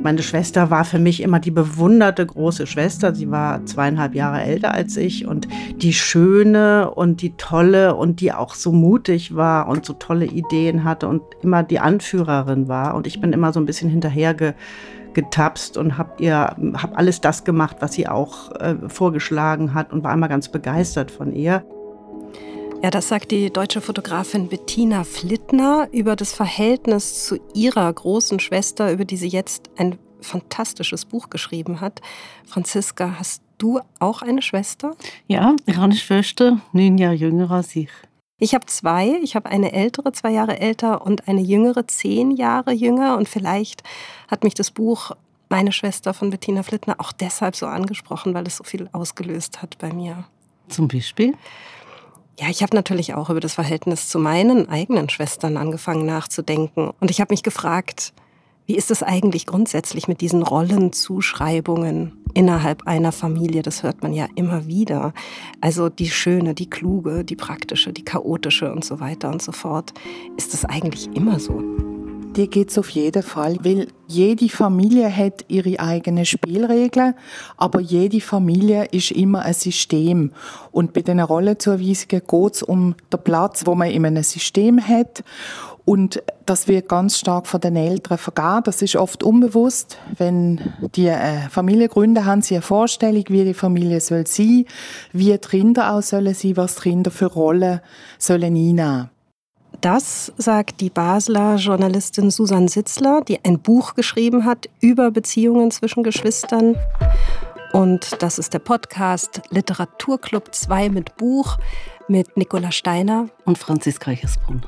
Meine Schwester war für mich immer die bewunderte große Schwester. Sie war 2,5 Jahre älter als ich und die Schöne und die Tolle und die auch so mutig war und so tolle Ideen hatte und immer die Anführerin war. Und ich bin immer so ein bisschen hinterher getapst und hab alles das gemacht, was sie auch vorgeschlagen hat und war immer ganz begeistert von ihr. Ja, das sagt die deutsche Fotografin Bettina Flittner über das Verhältnis zu ihrer großen Schwester, über die sie jetzt ein fantastisches Buch geschrieben hat. Franziska, hast du auch eine Schwester? Ja, ich habe eine Schwester, 9 Jahre jünger als ich. Ich habe 2. Ich habe eine ältere, 2 Jahre älter und eine jüngere, 10 Jahre jünger. Und vielleicht hat mich das Buch Meine Schwester von Bettina Flittner auch deshalb so angesprochen, weil es so viel ausgelöst hat bei mir. Zum Beispiel? Ja, ich habe natürlich auch über das Verhältnis zu meinen eigenen Schwestern angefangen nachzudenken. Und ich habe mich gefragt, wie ist es eigentlich grundsätzlich mit diesen Rollenzuschreibungen innerhalb einer Familie? Das hört man ja immer wieder. Also die Schöne, die Kluge, die Praktische, die Chaotische und so weiter und so fort. Ist das eigentlich immer so? Die gibt es auf jeden Fall, weil jede Familie hat ihre eigenen Spielregeln, aber jede Familie ist immer ein System. Und bei diesen Rollenzuweisungen geht es um den Platz, wo man in einem System hat. Und das wird ganz stark von den Eltern vergeben. Das ist oft unbewusst. Wenn die Familie gründen, haben sie eine Vorstellung, wie die Familie soll sein, wie die Kinder auch sollen sein, was die Kinder für Rollen sollen einnehmen. Das sagt die Basler Journalistin Susanne Sitzler, die ein Buch geschrieben hat über Beziehungen zwischen Geschwistern. Und das ist der Podcast Literaturclub 2 mit Buch mit Nicola Steiner und Franziska Hirsbrunn.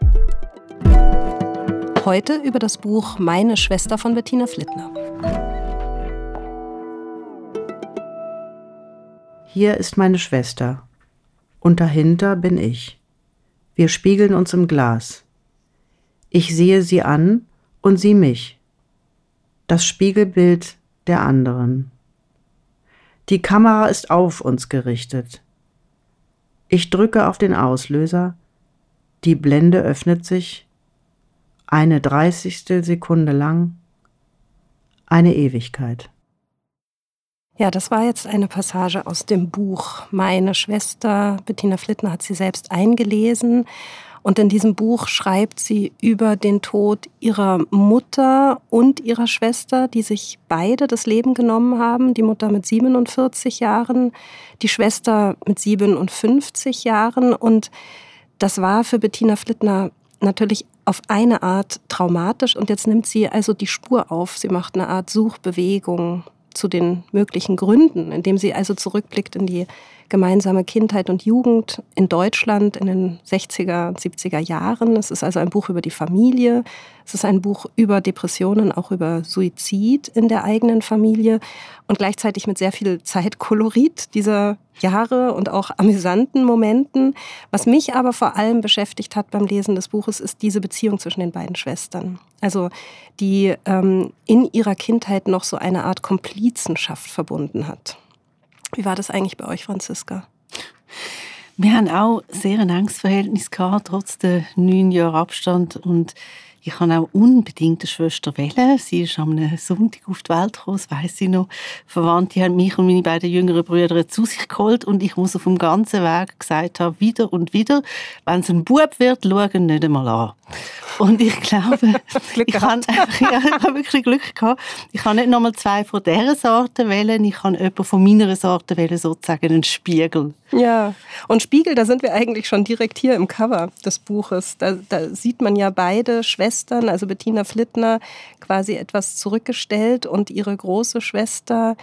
Heute über das Buch Meine Schwester von Bettina Flittner. Hier ist meine Schwester und dahinter bin ich. Wir spiegeln uns im Glas. Ich sehe sie an und sie mich. Das Spiegelbild der anderen. Die Kamera ist auf uns gerichtet. Ich drücke auf den Auslöser. Die Blende öffnet sich. Eine 30. Sekunde lang. Eine Ewigkeit. Ja, das war jetzt eine Passage aus dem Buch Meine Schwester. Bettina Flittner hat sie selbst eingelesen. Und in diesem Buch schreibt sie über den Tod ihrer Mutter und ihrer Schwester, die sich beide das Leben genommen haben. Die Mutter mit 47 Jahren, die Schwester mit 57 Jahren. Und das war für Bettina Flittner natürlich auf eine Art traumatisch. Und jetzt nimmt sie also die Spur auf. Sie macht eine Art Suchbewegung zu den möglichen Gründen, indem sie also zurückblickt in die gemeinsame Kindheit und Jugend in Deutschland in den 60er, 70er Jahren. Es ist also ein Buch über die Familie. Es ist ein Buch über Depressionen, auch über Suizid in der eigenen Familie und gleichzeitig mit sehr viel Zeitkolorit dieser Jahre und auch amüsanten Momenten. Was mich aber vor allem beschäftigt hat beim Lesen des Buches, ist diese Beziehung zwischen den beiden Schwestern. Also die in ihrer Kindheit noch so eine Art Komplizenschaft verbunden hat. Wie war das eigentlich bei euch, Franziska? Wir haben auch sehr ein enges Verhältnis gehabt, trotz der 9 Jahre Abstand. Und ich habe auch unbedingt eine Schwester wählen. Sie ist am Sonntag auf die Welt gekommen, das weiss ich noch. Verwandte haben mich und meine beiden jüngeren Brüder zu sich geholt und ich muss auf dem ganzen Weg gesagt haben, wieder und wieder, wenn es ein Bub wird, schauen nicht einmal an. Und ich glaube, ich habe wirklich Glück gehabt. Ich habe nicht nochmal 2 von dieser Sorte wählen, ich habe jemanden von meiner Sorte wählen, sozusagen einen Spiegel. Ja, und Spiegel, da sind wir eigentlich schon direkt hier im Cover des Buches. Da sieht man ja beide Schwestern, also Bettina Flittner quasi etwas zurückgestellt und ihre große Schwester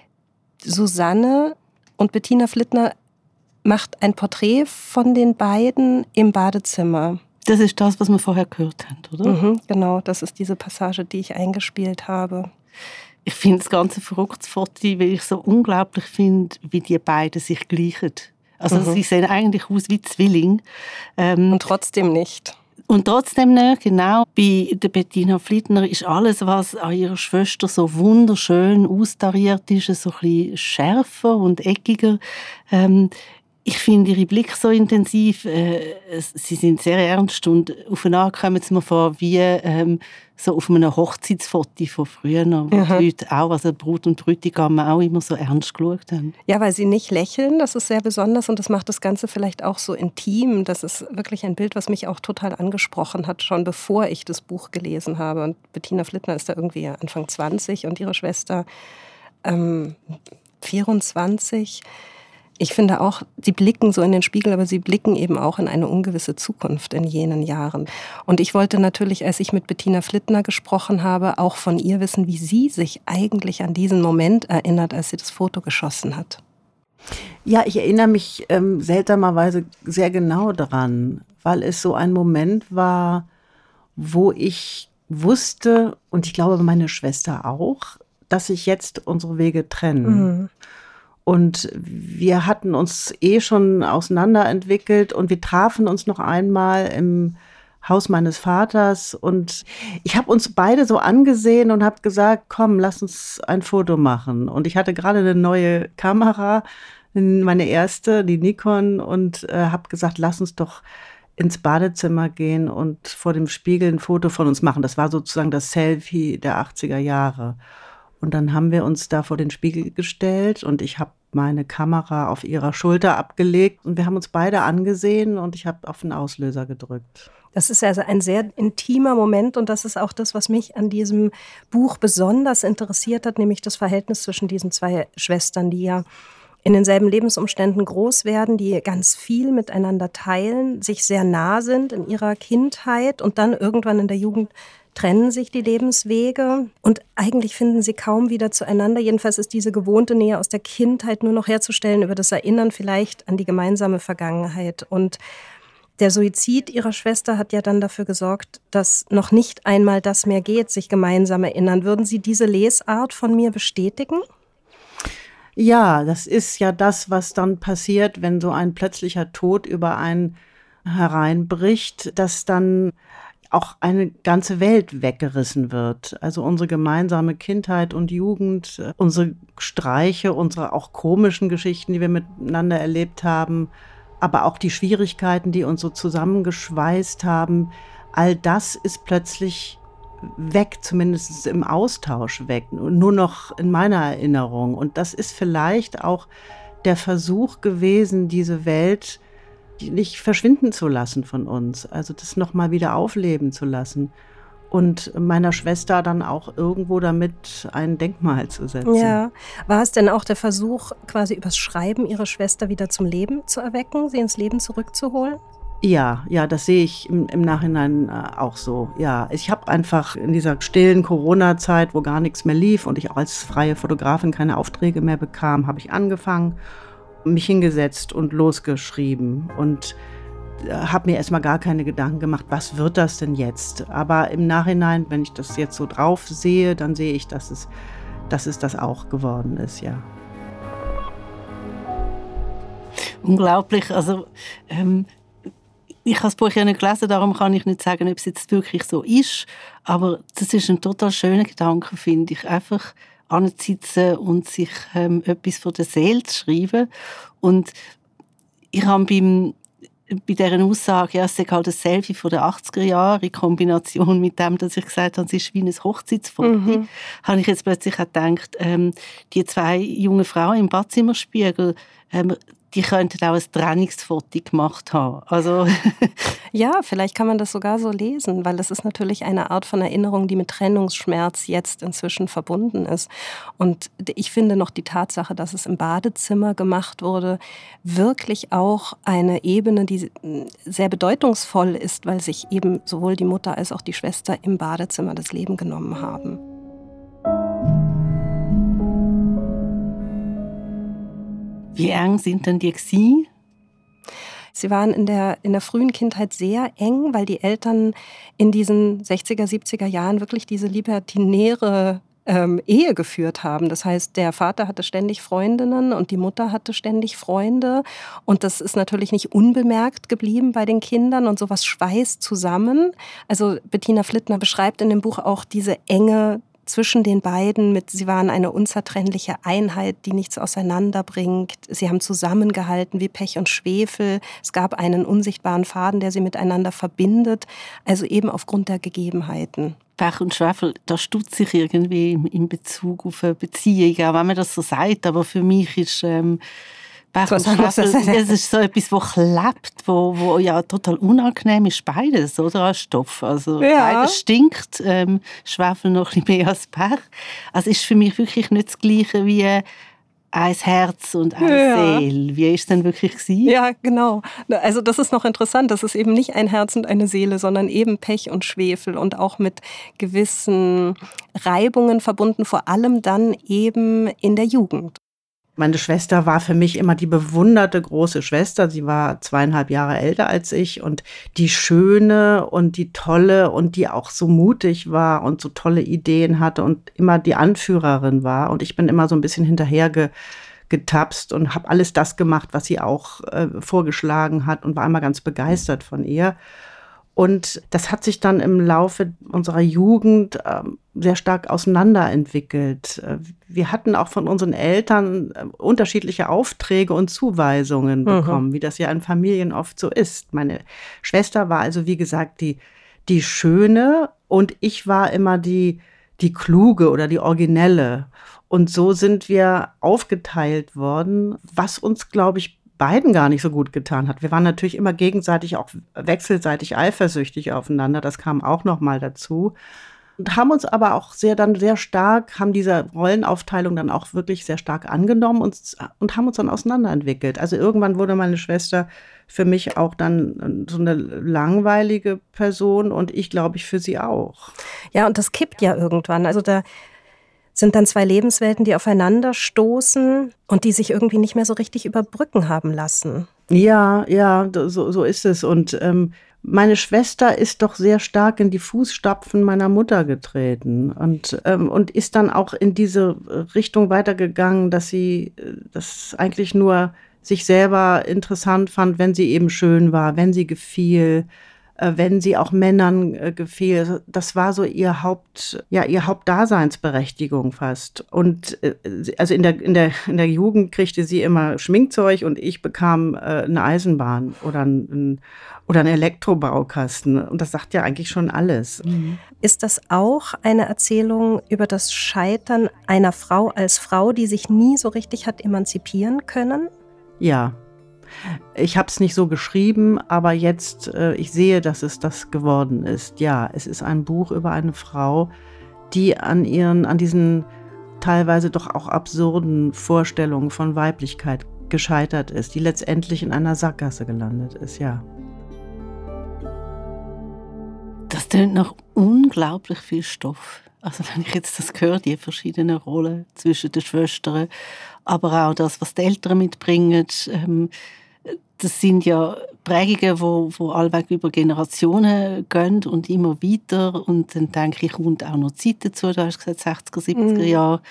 Susanne. Und Bettina Flittner macht ein Porträt von den beiden im Badezimmer. Das ist das, was wir vorher gehört haben, oder? Mhm, genau, das ist diese Passage, die ich eingespielt habe. Ich finde das Ganze verrücktes Foto, weil ich so unglaublich finde, wie die beiden sich gleichen. Also sie sehen eigentlich aus wie Zwillinge. Und trotzdem nicht. Und trotzdem nicht, genau. Bei der Bettina Flittner ist alles, was an ihrer Schwester so wunderschön austariert ist, so ein bisschen schärfer und eckiger. ich finde ihre Blicke so intensiv, sie sind sehr ernst und aufeinander kommen sie mir vor wie so auf einem Hochzeitsfoto von früher, wo die Leute auch, also Brut und Bräutigam auch immer so ernst geschaut haben. Ja, weil sie nicht lächeln, das ist sehr besonders und das macht das Ganze vielleicht auch so intim. Das ist wirklich ein Bild, was mich auch total angesprochen hat, schon bevor ich das Buch gelesen habe. Und Bettina Flittner ist da irgendwie Anfang 20 und ihre Schwester 24. Ich finde auch, sie blicken so in den Spiegel, aber sie blicken eben auch in eine ungewisse Zukunft in jenen Jahren. Und ich wollte natürlich, als ich mit Bettina Flittner gesprochen habe, auch von ihr wissen, wie sie sich eigentlich an diesen Moment erinnert, als sie das Foto geschossen hat. Ja, ich erinnere mich seltsamerweise sehr genau daran, weil es so ein Moment war, wo ich wusste, und ich glaube meine Schwester auch, dass sich jetzt unsere Wege trennen. Mhm. Und wir hatten uns schon auseinanderentwickelt und wir trafen uns noch einmal im Haus meines Vaters. Und ich habe uns beide so angesehen und habe gesagt, komm, lass uns ein Foto machen. Und ich hatte gerade eine neue Kamera, meine erste, die Nikon, und habe gesagt, lass uns doch ins Badezimmer gehen und vor dem Spiegel ein Foto von uns machen. Das war sozusagen das Selfie der 80er Jahre. Und dann haben wir uns da vor den Spiegel gestellt und ich habe meine Kamera auf ihrer Schulter abgelegt und wir haben uns beide angesehen und ich habe auf den Auslöser gedrückt. Das ist also ein sehr intimer Moment und das ist auch das, was mich an diesem Buch besonders interessiert hat, nämlich das Verhältnis zwischen diesen zwei Schwestern, die ja in denselben Lebensumständen groß werden, die ganz viel miteinander teilen, sich sehr nah sind in ihrer Kindheit und dann irgendwann in der Jugend trennen sich die Lebenswege und eigentlich finden sie kaum wieder zueinander. Jedenfalls ist diese gewohnte Nähe aus der Kindheit nur noch herzustellen über das Erinnern vielleicht an die gemeinsame Vergangenheit. Und der Suizid ihrer Schwester hat ja dann dafür gesorgt, dass noch nicht einmal das mehr geht, sich gemeinsam erinnern. Würden Sie diese Lesart von mir bestätigen? Ja, das ist ja das, was dann passiert, wenn so ein plötzlicher Tod über einen hereinbricht, dass dann auch eine ganze Welt weggerissen wird. Also unsere gemeinsame Kindheit und Jugend, unsere Streiche, unsere auch komischen Geschichten, die wir miteinander erlebt haben, aber auch die Schwierigkeiten, die uns so zusammengeschweißt haben, all das ist plötzlich weg, zumindest im Austausch weg, nur noch in meiner Erinnerung. Und das ist vielleicht auch der Versuch gewesen, diese Welt nicht verschwinden zu lassen von uns, also das nochmal wieder aufleben zu lassen und meiner Schwester dann auch irgendwo damit ein Denkmal zu setzen. Ja, war es denn auch der Versuch, quasi übers Schreiben ihre Schwester wieder zum Leben zu erwecken, sie ins Leben zurückzuholen? Ja, das sehe ich im Nachhinein auch so. Ja, ich habe einfach in dieser stillen Corona-Zeit, wo gar nichts mehr lief und ich auch als freie Fotografin keine Aufträge mehr bekam, habe ich angefangen, mich hingesetzt und losgeschrieben und habe mir erstmal gar keine Gedanken gemacht, was wird das denn jetzt? Aber im Nachhinein, wenn ich das jetzt so drauf sehe, dann sehe ich, dass es das auch geworden ist, ja. Unglaublich, also ich habe das Buch ja nicht gelesen, darum kann ich nicht sagen, ob es jetzt wirklich so ist, aber das ist ein total schöner Gedanke, finde ich, einfach anzusitzen und sich etwas von der Seele zu schreiben. Und ich habe bei dieser Aussage, ja, es ist halt ein Selfie von den 80er Jahren in Kombination mit dem, dass ich gesagt habe, es ist wie ein Hochzeitsfoto, habe ich jetzt plötzlich auch gedacht, die zwei jungen Frauen im Badzimmerspiegel, die könnten auch ein Trennungsfoto gemacht haben. Also ja, vielleicht kann man das sogar so lesen, weil es ist natürlich eine Art von Erinnerung, die mit Trennungsschmerz jetzt inzwischen verbunden ist. Und ich finde noch die Tatsache, dass es im Badezimmer gemacht wurde, wirklich auch eine Ebene, die sehr bedeutungsvoll ist, weil sich eben sowohl die Mutter als auch die Schwester im Badezimmer das Leben genommen haben. Wie eng sind denn die gewesen? Sie waren in der frühen Kindheit sehr eng, weil die Eltern in diesen 60er, 70er Jahren wirklich diese libertinäre Ehe geführt haben. Das heißt, der Vater hatte ständig Freundinnen und die Mutter hatte ständig Freunde. Und das ist natürlich nicht unbemerkt geblieben bei den Kindern und sowas schweißt zusammen. Also Bettina Flittner beschreibt in dem Buch auch diese Enge zwischen den beiden sie waren eine unzertrennliche Einheit, die nichts auseinanderbringt. Sie haben zusammengehalten wie Pech und Schwefel. Es gab einen unsichtbaren Faden, der sie miteinander verbindet, also eben aufgrund der Gegebenheiten. Pech und Schwefel, da stutze ich irgendwie in Bezug auf eine Beziehung, auch wenn man das so sagt, aber für mich ist Pech und Schwefel, es ist so etwas, das klebt, wo ja total unangenehm ist, beides, oder, als Stoff. Also beides stinkt, Schwefel noch ein bisschen mehr als Pech. Also es ist für mich wirklich nicht das Gleiche wie ein Herz und eine Seele. Wie war es denn wirklich gewesen? Ja, genau. Also das ist noch interessant. Das ist eben nicht ein Herz und eine Seele, sondern eben Pech und Schwefel und auch mit gewissen Reibungen verbunden, vor allem dann eben in der Jugend. Meine Schwester war für mich immer die bewunderte große Schwester. Sie war 2,5 Jahre älter als ich und die Schöne und die Tolle und die auch so mutig war und so tolle Ideen hatte und immer die Anführerin war. Und ich bin immer so ein bisschen hinterher getapst und habe alles das gemacht, was sie auch vorgeschlagen hat und war immer ganz begeistert von ihr. Und das hat sich dann im Laufe unserer Jugend sehr stark auseinanderentwickelt. Wir hatten auch von unseren Eltern unterschiedliche Aufträge und Zuweisungen bekommen, wie das ja in Familien oft so ist. Meine Schwester war also, wie gesagt, die Schöne und ich war immer die Kluge oder die Originelle. Und so sind wir aufgeteilt worden, was uns, glaube ich, beiden gar nicht so gut getan hat. Wir waren natürlich immer gegenseitig auch wechselseitig eifersüchtig aufeinander. Das kam auch noch mal dazu. Und haben uns aber auch sehr stark, haben diese Rollenaufteilung dann auch wirklich sehr stark angenommen und haben uns dann auseinanderentwickelt. Also irgendwann wurde meine Schwester für mich auch dann so eine langweilige Person und ich, glaube ich, für sie auch. Ja, und das kippt ja irgendwann. Also da sind dann zwei Lebenswelten, die aufeinander stoßen und die sich irgendwie nicht mehr so richtig überbrücken haben lassen. Ja, so ist es. Und meine Schwester ist doch sehr stark in die Fußstapfen meiner Mutter getreten und ist dann auch in diese Richtung weitergegangen, dass sie das eigentlich nur sich selber interessant fand, wenn sie eben schön war, wenn sie gefiel, wenn sie auch Männern gefiel. Das war so ihr Hauptdaseinsberechtigung fast. Und also in der Jugend kriegte sie immer Schminkzeug und ich bekam eine Eisenbahn oder einen Elektrobaukasten. Und das sagt ja eigentlich schon alles. Mhm. Ist das auch eine Erzählung über das Scheitern einer Frau als Frau, die sich nie so richtig hat emanzipieren können? Ja. Ich habe es nicht so geschrieben, aber jetzt, ich sehe, dass es das geworden ist. Ja, es ist ein Buch über eine Frau, die an diesen teilweise doch auch absurden Vorstellungen von Weiblichkeit gescheitert ist, die letztendlich in einer Sackgasse gelandet ist, ja. Das tönt nach unglaublich viel Stoff. Also wenn ich jetzt das höre, die verschiedenen Rollen zwischen den Schwestern, aber auch das, was die Eltern mitbringen, das sind ja Prägungen, die allweg über Generationen gehen und immer weiter. Und dann denke ich, kommt auch noch Zeit dazu, du hast gesagt 60er, 70er Jahre,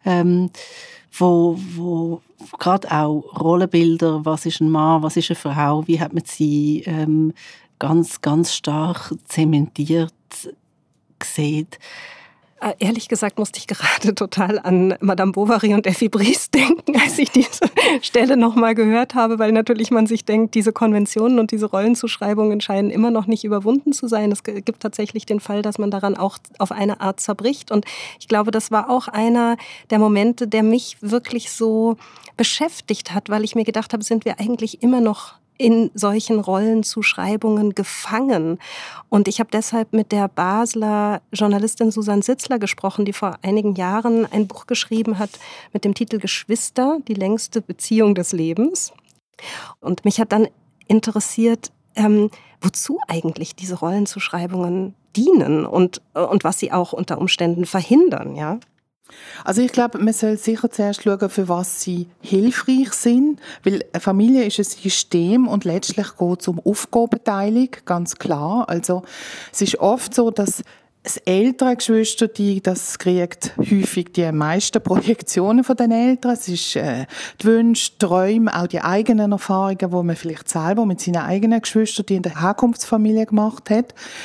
wo gerade auch Rollenbilder, was ist ein Mann, was ist eine Frau, wie hat man sie ganz, ganz stark zementiert gesehen. Ehrlich gesagt musste ich gerade total an Madame Bovary und Effi Briest denken, als ich diese Stelle nochmal gehört habe, weil natürlich man sich denkt, diese Konventionen und diese Rollenzuschreibungen scheinen immer noch nicht überwunden zu sein. Es gibt tatsächlich den Fall, dass man daran auch auf eine Art zerbricht. Und ich glaube, das war auch einer der Momente, der mich wirklich so beschäftigt hat, weil ich mir gedacht habe, sind wir eigentlich immer noch in solchen Rollenzuschreibungen gefangen. Und ich habe deshalb mit der Basler Journalistin Susanne Sitzler gesprochen, die vor einigen Jahren ein Buch geschrieben hat mit dem Titel Geschwister, die längste Beziehung des Lebens. Und mich hat dann interessiert, wozu eigentlich diese Rollenzuschreibungen dienen und was sie auch unter Umständen verhindern, ja? Also ich glaube, man soll sicher zuerst schauen, für was sie hilfreich sind, weil eine Familie ist ein System und letztlich geht es um Aufgabenteilung, ganz klar. Also es ist oft so, dass das ältere Geschwister, das kriegt häufig die meisten Projektionen von den Eltern. Es ist die Wünsche, die Träume, auch die eigenen Erfahrungen, die man vielleicht selber mit seinen eigenen Geschwistern, die in der Herkunftsfamilie gemacht hat.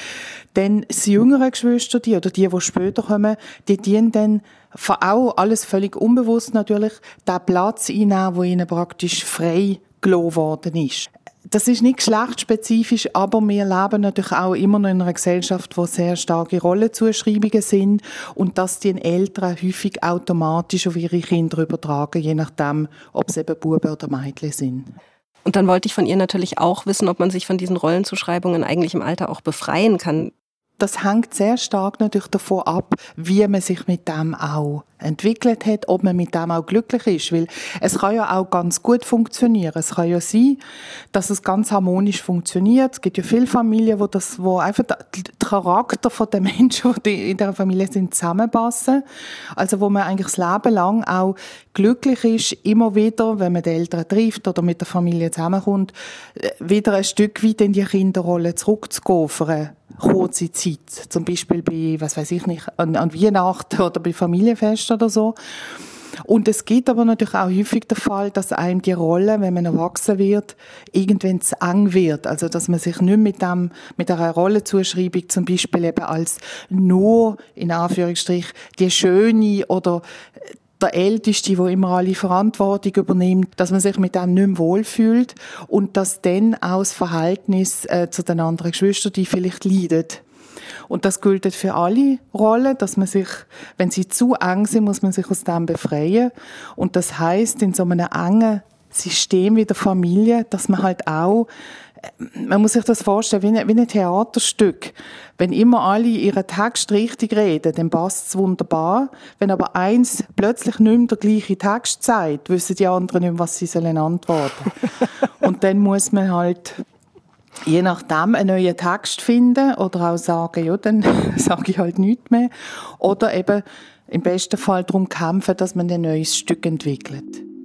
Dann das jüngere Geschwister, die später kommen, die dienen dann auch alles völlig unbewusst natürlich, den Platz einnehmen, wo ihnen praktisch frei gelassen worden ist. Das ist nicht geschlechtsspezifisch, aber wir leben natürlich auch immer noch in einer Gesellschaft, wo sehr starke Rollenzuschreibungen sind und dass die Eltern häufig automatisch auf ihre Kinder übertragen, je nachdem, ob es eben Buben oder Mädchen sind. Und dann wollte ich von ihr natürlich auch wissen, ob man sich von diesen Rollenzuschreibungen eigentlich im Alter auch befreien kann. Das hängt sehr stark natürlich davon ab, wie man sich mit dem auch entwickelt hat, ob man mit dem auch glücklich ist. Weil es kann ja auch ganz gut funktionieren. Es kann ja sein, dass es ganz harmonisch funktioniert. Es gibt ja viele Familien, wo einfach der Charakter der Menschen, die in der Familie sind, zusammenpassen. Also wo man eigentlich das Leben lang auch glücklich ist, immer wieder, wenn man die Eltern trifft oder mit der Familie zusammenkommt, wieder ein Stück weit in die Kinderrolle zurückzugehen für eine kurze Zeit. Zum Beispiel bei, an Weihnachten oder bei Familienfesten oder so. Und es gibt aber natürlich auch häufig den Fall, dass einem die Rolle, wenn man erwachsen wird, irgendwann zu eng wird. Also, dass man sich nicht mit einer Rollenzuschreibung zum Beispiel eben als nur, in Anführungsstrich, die Schöne oder der Älteste, der immer alle Verantwortung übernimmt, dass man sich mit dem nicht mehr wohlfühlt und dass dann auch das Verhältnis zu den anderen Geschwistern, die vielleicht leidet. Und das gilt für alle Rollen, dass man sich, wenn sie zu eng sind, muss man sich aus dem befreien. Und das heisst, in so einem engen System wie der Familie, dass man halt auch, man muss sich das vorstellen wie ein Theaterstück. Wenn immer alle ihren Text richtig reden, dann passt es wunderbar. Wenn aber eins plötzlich nicht mehr der gleiche Text sagt, wissen die anderen nicht mehr, was sie antworten sollen. Und dann muss man halt je nachdem einen neuen Text finden oder auch sagen, ja, dann sage ich halt nichts mehr. Oder eben im besten Fall darum kämpfen, dass man ein neues Stück entwickelt.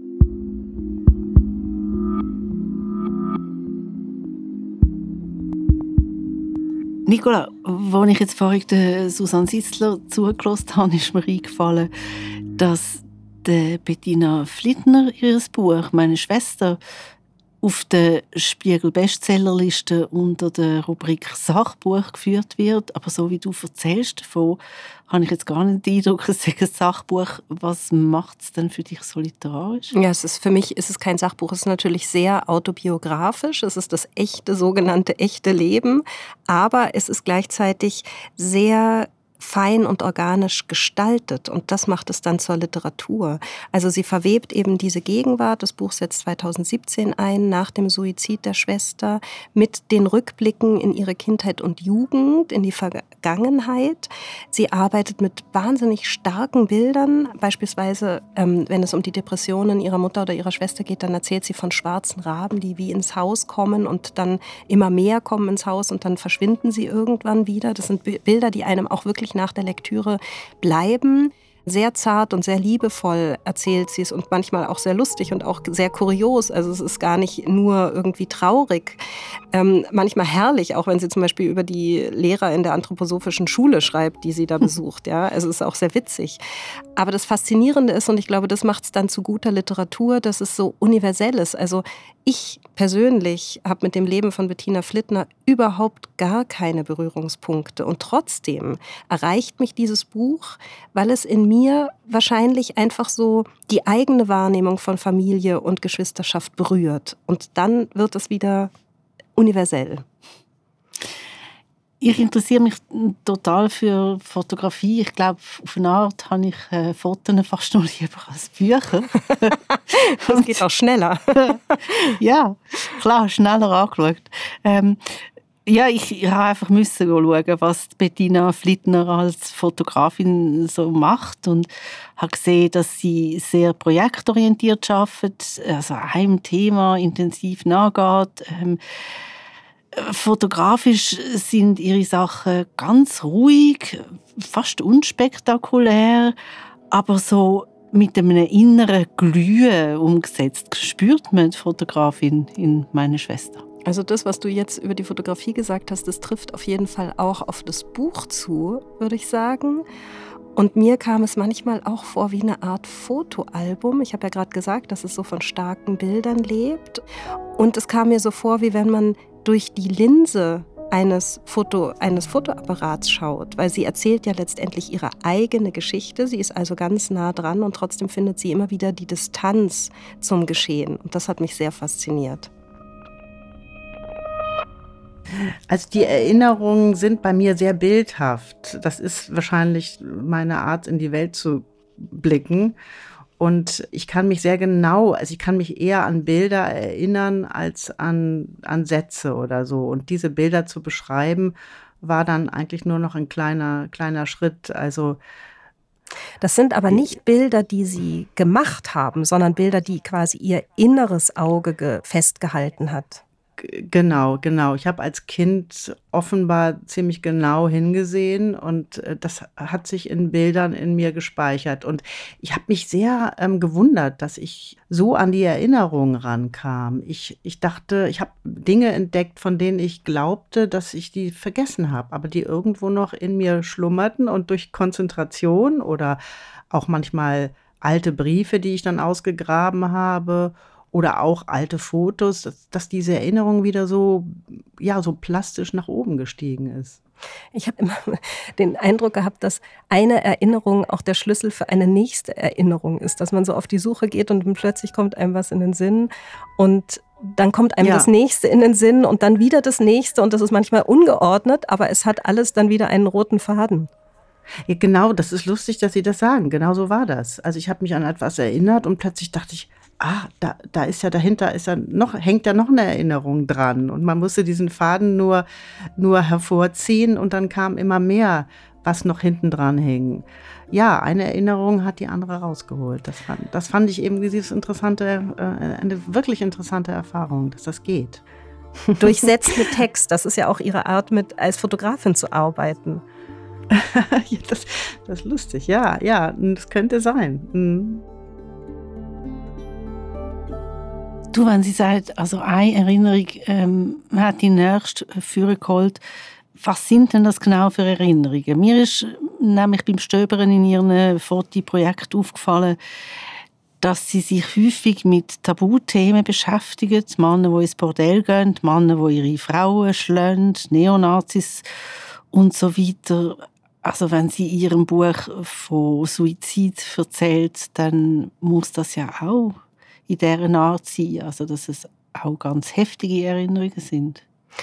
Nicola, als ich jetzt vorhin Susanne Sitzler zugelassen habe, ist mir eingefallen, dass Bettina Flittner ihr Buch «Meine Schwester» auf der Spiegel-Bestsellerliste unter der Rubrik Sachbuch geführt wird. Aber so wie du erzählst davon, habe ich jetzt gar nicht den Eindruck, es sei ein Sachbuch. Was macht es denn für dich so literarisch? Ja, für mich ist es kein Sachbuch. Es ist natürlich sehr autobiografisch. Es ist das sogenannte echte Leben. Aber es ist gleichzeitig sehr fein und organisch gestaltet und das macht es dann zur Literatur. Also sie verwebt eben diese Gegenwart, das Buch setzt 2017 ein, nach dem Suizid der Schwester, mit den Rückblicken in ihre Kindheit und Jugend, in die Vergangenheit. Sie arbeitet mit wahnsinnig starken Bildern, beispielsweise wenn es um die Depressionen ihrer Mutter oder ihrer Schwester geht, dann erzählt sie von schwarzen Raben, die wie ins Haus kommen und dann immer mehr kommen ins Haus und dann verschwinden sie irgendwann wieder. Das sind Bilder, die einem auch wirklich nach der Lektüre bleiben. Sehr zart und sehr liebevoll erzählt sie es und manchmal auch sehr lustig und auch sehr kurios. Also es ist gar nicht nur irgendwie traurig, manchmal herrlich, auch wenn sie zum Beispiel über die Lehrer in der anthroposophischen Schule schreibt, die sie da besucht. Ja? Also es ist auch sehr witzig. Aber das Faszinierende ist, und ich glaube, das macht es dann zu guter Literatur, dass es so universell ist. Also ich persönlich habe mit dem Leben von Bettina Flittner überhaupt gar keine Berührungspunkte. Und trotzdem erreicht mich dieses Buch, weil es in mir wahrscheinlich einfach so die eigene Wahrnehmung von Familie und Geschwisterschaft berührt. Und dann wird es wieder universell. Ich interessiere mich total für Fotografie. Ich glaube, auf eine Art habe ich Fotos fast noch lieber als Bücher. Das geht auch schneller. Ja, klar, schneller angeschaut. Ja, ich musste einfach schauen, was Bettina Flittner als Fotografin so macht und habe gesehen, dass sie sehr projektorientiert arbeitet, also einem Thema intensiv nachgeht. Fotografisch sind ihre Sachen ganz ruhig, fast unspektakulär, aber so mit einem inneren Glühen umgesetzt. Spürt man die Fotografin in «Meine Schwester»? Also das, was du jetzt über die Fotografie gesagt hast, das trifft auf jeden Fall auch auf das Buch zu, würde ich sagen. Und mir kam es manchmal auch vor wie eine Art Fotoalbum. Ich habe ja gerade gesagt, dass es so von starken Bildern lebt. Und es kam mir so vor, wie wenn man durch die Linse eines Fotoapparats schaut, weil sie erzählt ja letztendlich ihre eigene Geschichte. Sie ist also ganz nah dran und trotzdem findet sie immer wieder die Distanz zum Geschehen. Und das hat mich sehr fasziniert. Also die Erinnerungen sind bei mir sehr bildhaft. Das ist wahrscheinlich meine Art, in die Welt zu blicken. Und ich kann mich ich kann mich eher an Bilder erinnern als an Sätze oder so. Und diese Bilder zu beschreiben, war dann eigentlich nur noch ein kleiner Schritt. Also das sind aber nicht Bilder, die Sie gemacht haben, sondern Bilder, die quasi Ihr inneres Auge festgehalten hat. Genau. Ich habe als Kind offenbar ziemlich genau hingesehen und das hat sich in Bildern in mir gespeichert. Und ich habe mich sehr gewundert, dass ich so an die Erinnerung rankam. Ich dachte, ich habe Dinge entdeckt, von denen ich glaubte, dass ich die vergessen habe, aber die irgendwo noch in mir schlummerten und durch Konzentration oder auch manchmal alte Briefe, die ich dann ausgegraben habe, oder auch alte Fotos, dass diese Erinnerung wieder so plastisch nach oben gestiegen ist. Ich habe immer den Eindruck gehabt, dass eine Erinnerung auch der Schlüssel für eine nächste Erinnerung ist, dass man so auf die Suche geht und dann plötzlich kommt einem was in den Sinn und dann kommt einem das Nächste in den Sinn und dann wieder das Nächste und das ist manchmal ungeordnet, aber es hat alles dann wieder einen roten Faden. Ja, genau, das ist lustig, dass Sie das sagen. Genau so war das. Also ich habe mich an etwas erinnert und plötzlich dachte ich, da ist ja dahinter hängt ja noch eine Erinnerung dran. Und man musste diesen Faden nur hervorziehen und dann kam immer mehr, was noch hinten dran hing. Ja, eine Erinnerung hat die andere rausgeholt. Das fand ich eben eine wirklich interessante Erfahrung, dass das geht. Durchsetzt mit Text, das ist ja auch Ihre Art, als Fotografin zu arbeiten. Ja, das ist lustig, ja, das könnte sein. Mhm. Du, wenn Sie sagen, also eine Erinnerung hat die nächste vorgeholt, was sind denn das genau für Erinnerungen? Mir ist nämlich beim Stöbern in Ihren Fotoprojekten aufgefallen, dass Sie sich häufig mit Tabuthemen beschäftigen. Männer, die ins Bordell gehen, Männer, die ihre Frauen schlagen, Neonazis und so weiter. Also wenn sie in ihrem Buch von Suizid erzählt, dann muss das ja auch in dieser Art sein, also dass es auch ganz heftige Erinnerungen sind.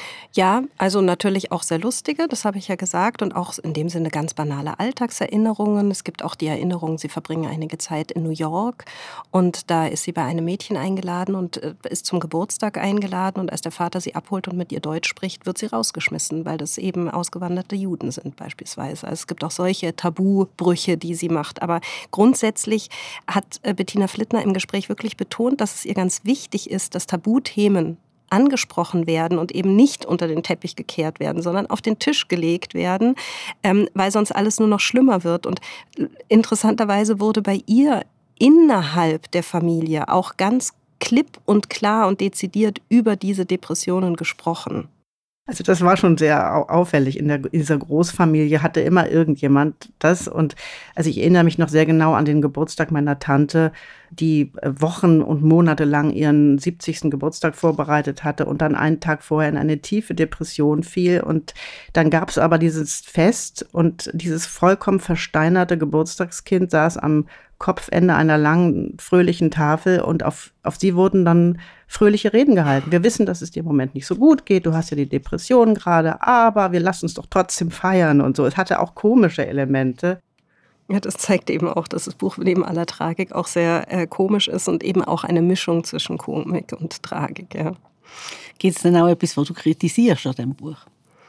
Ja, also natürlich auch sehr lustige, das habe ich ja gesagt, und auch in dem Sinne ganz banale Alltagserinnerungen. Es gibt auch die Erinnerung, sie verbringen einige Zeit in New York und da ist sie bei einem Mädchen eingeladen und ist zum Geburtstag eingeladen und als der Vater sie abholt und mit ihr Deutsch spricht, wird sie rausgeschmissen, weil das eben ausgewanderte Juden sind beispielsweise. Also es gibt auch solche Tabubrüche, die sie macht, aber grundsätzlich hat Bettina Flittner im Gespräch wirklich betont, dass es ihr ganz wichtig ist, dass Tabuthemen angesprochen werden und eben nicht unter den Teppich gekehrt werden, sondern auf den Tisch gelegt werden, weil sonst alles nur noch schlimmer wird. Und interessanterweise wurde bei ihr innerhalb der Familie auch ganz klipp und klar und dezidiert über diese Depressionen gesprochen. Also das war schon sehr auffällig. In dieser Großfamilie hatte immer irgendjemand das. Und also ich erinnere mich noch sehr genau an den Geburtstag meiner Tante, die Wochen und Monate lang ihren 70. Geburtstag vorbereitet hatte und dann einen Tag vorher in eine tiefe Depression fiel. Und dann gab es aber dieses Fest und dieses vollkommen versteinerte Geburtstagskind saß am Kopfende einer langen, fröhlichen Tafel und auf sie wurden dann fröhliche Reden gehalten. Wir wissen, dass es dir im Moment nicht so gut geht, du hast ja die Depression gerade, aber wir lassen uns doch trotzdem feiern und so. Es hatte auch komische Elemente. Ja, das zeigt eben auch, dass das Buch neben aller Tragik auch sehr komisch ist und eben auch eine Mischung zwischen Komik und Tragik. Ja. Gibt es denn auch etwas, was du kritisierst an dem Buch?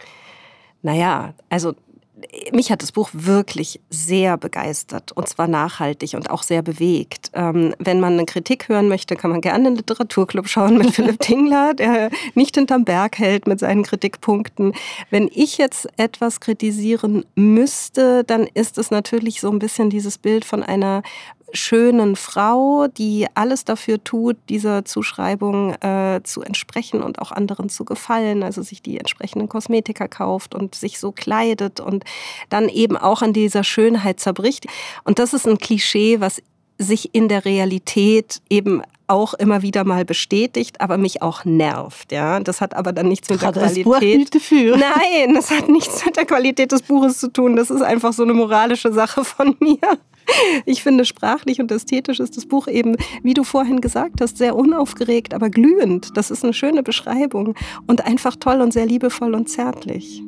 Naja, also mich hat das Buch wirklich sehr begeistert und zwar nachhaltig und auch sehr bewegt. Wenn man eine Kritik hören möchte, kann man gerne in den Literaturclub schauen mit Philipp Tingler, der nicht hinterm Berg hält mit seinen Kritikpunkten. Wenn ich jetzt etwas kritisieren müsste, dann ist es natürlich so ein bisschen dieses Bild von einer schönen Frau, die alles dafür tut, dieser Zuschreibung zu entsprechen und auch anderen zu gefallen, also sich die entsprechenden Kosmetika kauft und sich so kleidet und dann eben auch an dieser Schönheit zerbricht. Und das ist ein Klischee, was sich in der Realität eben auch immer wieder mal bestätigt, aber mich auch nervt. Ja? Das hat aber dann nichts mit der Qualität. Das Buch nicht dafür. Nein, das hat nichts mit der Qualität des Buches zu tun. Das ist einfach so eine moralische Sache von mir. Ich finde, sprachlich und ästhetisch ist das Buch eben, wie du vorhin gesagt hast, sehr unaufgeregt, aber glühend. Das ist eine schöne Beschreibung und einfach toll und sehr liebevoll und zärtlich.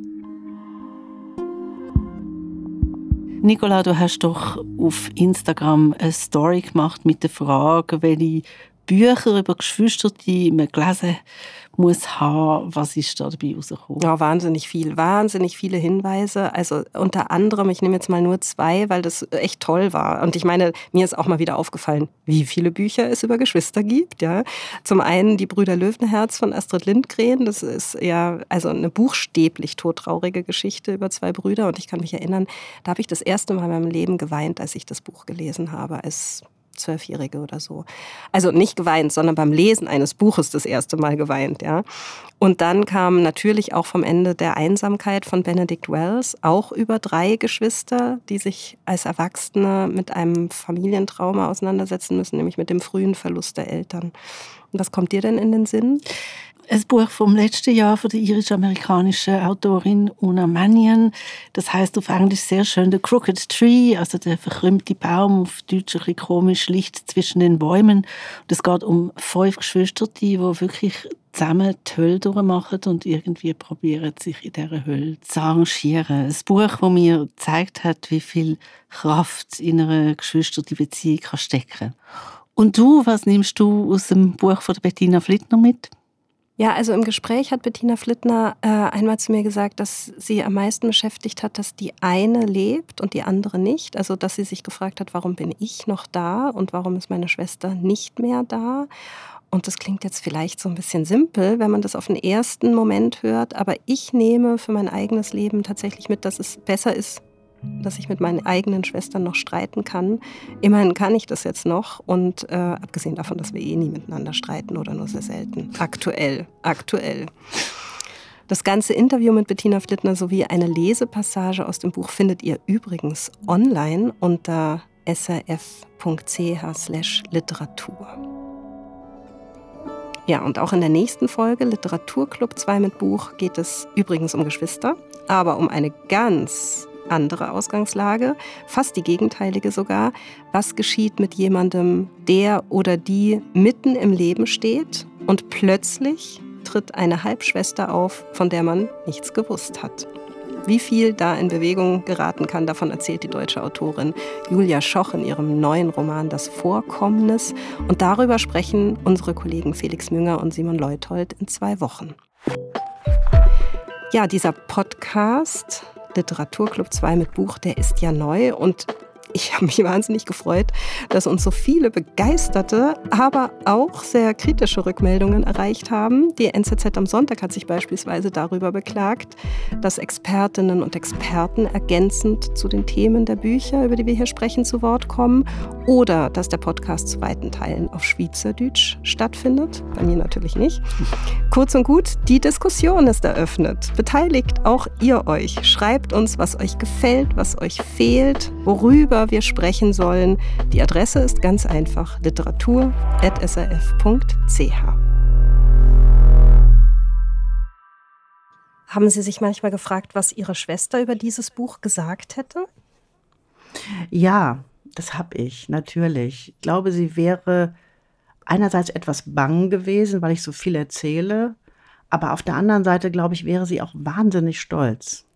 Nicola, du hast doch auf Instagram eine Story gemacht mit der Frage, welche Bücher über Geschwister, die man gelesen muss haben. Was ist da dabei rausgekommen? Ja, wahnsinnig viele Hinweise. Also unter anderem, ich nehme jetzt mal nur 2, weil das echt toll war. Und ich meine, mir ist auch mal wieder aufgefallen, wie viele Bücher es über Geschwister gibt. Ja. Zum einen die Brüder Löwenherz von Astrid Lindgren. Das ist ja also eine buchstäblich todtraurige Geschichte über 2 Brüder. Und ich kann mich erinnern, da habe ich das erste Mal in meinem Leben geweint, als ich das Buch gelesen habe, als 12-Jährige oder so. Also nicht geweint, sondern beim Lesen eines Buches das erste Mal geweint. Ja. Und dann kam natürlich auch vom Ende der Einsamkeit von Benedict Wells, auch über 3 Geschwister, die sich als Erwachsene mit einem Familientrauma auseinandersetzen müssen, nämlich mit dem frühen Verlust der Eltern. Und was kommt dir denn in den Sinn? Ein Buch vom letzten Jahr von der irisch-amerikanischen Autorin Una Mannion. Das heißt auf Englisch sehr schön «The Crooked Tree», also der verkrümmte Baum, auf Deutsch ein bisschen komisch, Licht zwischen den Bäumen. Und es geht um 5 Geschwister, die wirklich zusammen die Hölle durchmachen und irgendwie probieren, sich in dieser Hölle zu arrangieren. Ein Buch, das mir gezeigt hat, wie viel Kraft in einer Geschwisterbeziehung stecken kann. Und du, was nimmst du aus dem Buch von Bettina Flittner mit? Ja, also im Gespräch hat Bettina Flittner einmal zu mir gesagt, dass sie am meisten beschäftigt hat, dass die eine lebt und die andere nicht. Also dass sie sich gefragt hat, warum bin ich noch da und warum ist meine Schwester nicht mehr da? Und das klingt jetzt vielleicht so ein bisschen simpel, wenn man das auf den ersten Moment hört. Aber ich nehme für mein eigenes Leben tatsächlich mit, dass es besser ist, dass ich mit meinen eigenen Schwestern noch streiten kann. Immerhin kann ich das jetzt noch und abgesehen davon, dass wir nie miteinander streiten oder nur sehr selten. Aktuell. Das ganze Interview mit Bettina Flittner sowie eine Lesepassage aus dem Buch findet ihr übrigens online unter srf.ch/literatur. Ja, und auch in der nächsten Folge Literaturclub 2 mit Buch geht es übrigens um Geschwister, aber um eine ganz andere Ausgangslage, fast die gegenteilige sogar. Was geschieht mit jemandem, der oder die mitten im Leben steht und plötzlich tritt eine Halbschwester auf, von der man nichts gewusst hat? Wie viel da in Bewegung geraten kann, davon erzählt die deutsche Autorin Julia Schoch in ihrem neuen Roman Das Vorkommnis. Und darüber sprechen unsere Kollegen Felix Münger und Simon Leuthold in 2 Wochen. Ja, dieser Podcast Literaturclub 2 mit Buch, der ist ja neu und ich habe mich wahnsinnig gefreut, dass uns so viele begeisterte, aber auch sehr kritische Rückmeldungen erreicht haben. Die NZZ am Sonntag hat sich beispielsweise darüber beklagt, dass Expertinnen und Experten ergänzend zu den Themen der Bücher, über die wir hier sprechen, zu Wort kommen, oder dass der Podcast zu weiten Teilen auf Schweizerdeutsch stattfindet. Bei mir natürlich nicht. Kurz und gut, die Diskussion ist eröffnet. Beteiligt auch ihr euch. Schreibt uns, was euch gefällt, was euch fehlt, worüber wir sprechen sollen. Die Adresse ist ganz einfach: literatur@srf.ch. Haben Sie sich manchmal gefragt, was Ihre Schwester über dieses Buch gesagt hätte? Ja, das habe ich, natürlich. Ich glaube, sie wäre einerseits etwas bang gewesen, weil ich so viel erzähle. Aber auf der anderen Seite, glaube ich, wäre sie auch wahnsinnig stolz.